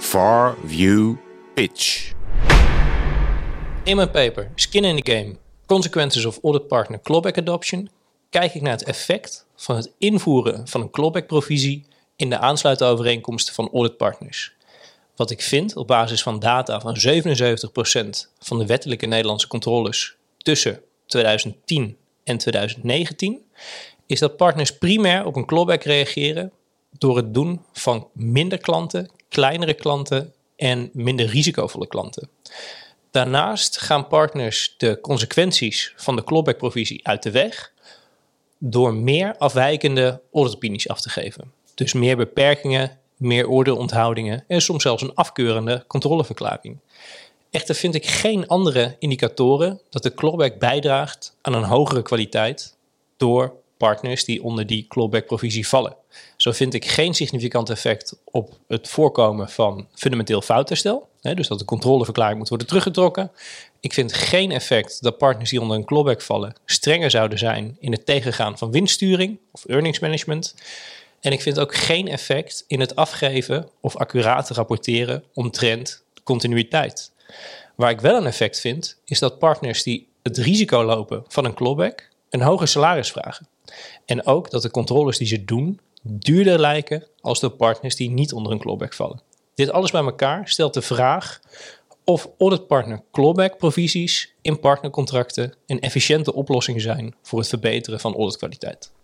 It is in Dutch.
Far View Pitch. In mijn paper Skin in the Game, Consequences of Audit Partner Clawback Adoption kijk ik naar het effect van het invoeren van een clawback-provisie in de aansluitovereenkomsten van auditpartners. Wat ik vind op basis van data van 77% van de wettelijke Nederlandse controles tussen 2010 en 2019, is dat partners primair op een clawback reageren door het doen van minder klanten, kleinere klanten en minder risicovolle klanten. Daarnaast gaan partners de consequenties van de clawback-provisie uit de weg door meer afwijkende auditopinies af te geven. Dus meer beperkingen, meer oordeelonthoudingen en soms zelfs een afkeurende controleverklaring. Echter vind ik geen andere indicatoren dat de clawback bijdraagt aan een hogere kwaliteit door partners die onder die clawback-provisie vallen. Zo vind ik geen significant effect op het voorkomen van fundamenteel foutherstel. Dus dat de controleverklaring moet worden teruggetrokken. Ik vind geen effect dat partners die onder een clawback vallen strenger zouden zijn in het tegengaan van winststuring of earnings management. En ik vind ook geen effect in het afgeven of accuraat rapporteren omtrent continuïteit. Waar ik wel een effect vind, is dat partners die het risico lopen van een clawback een hoger salaris vragen. En ook dat de controles die ze doen duurder lijken als de partners die niet onder een clawback vallen. Dit alles bij elkaar stelt de vraag of auditpartner clawback-provisies in partnercontracten een efficiënte oplossing zijn voor het verbeteren van auditkwaliteit.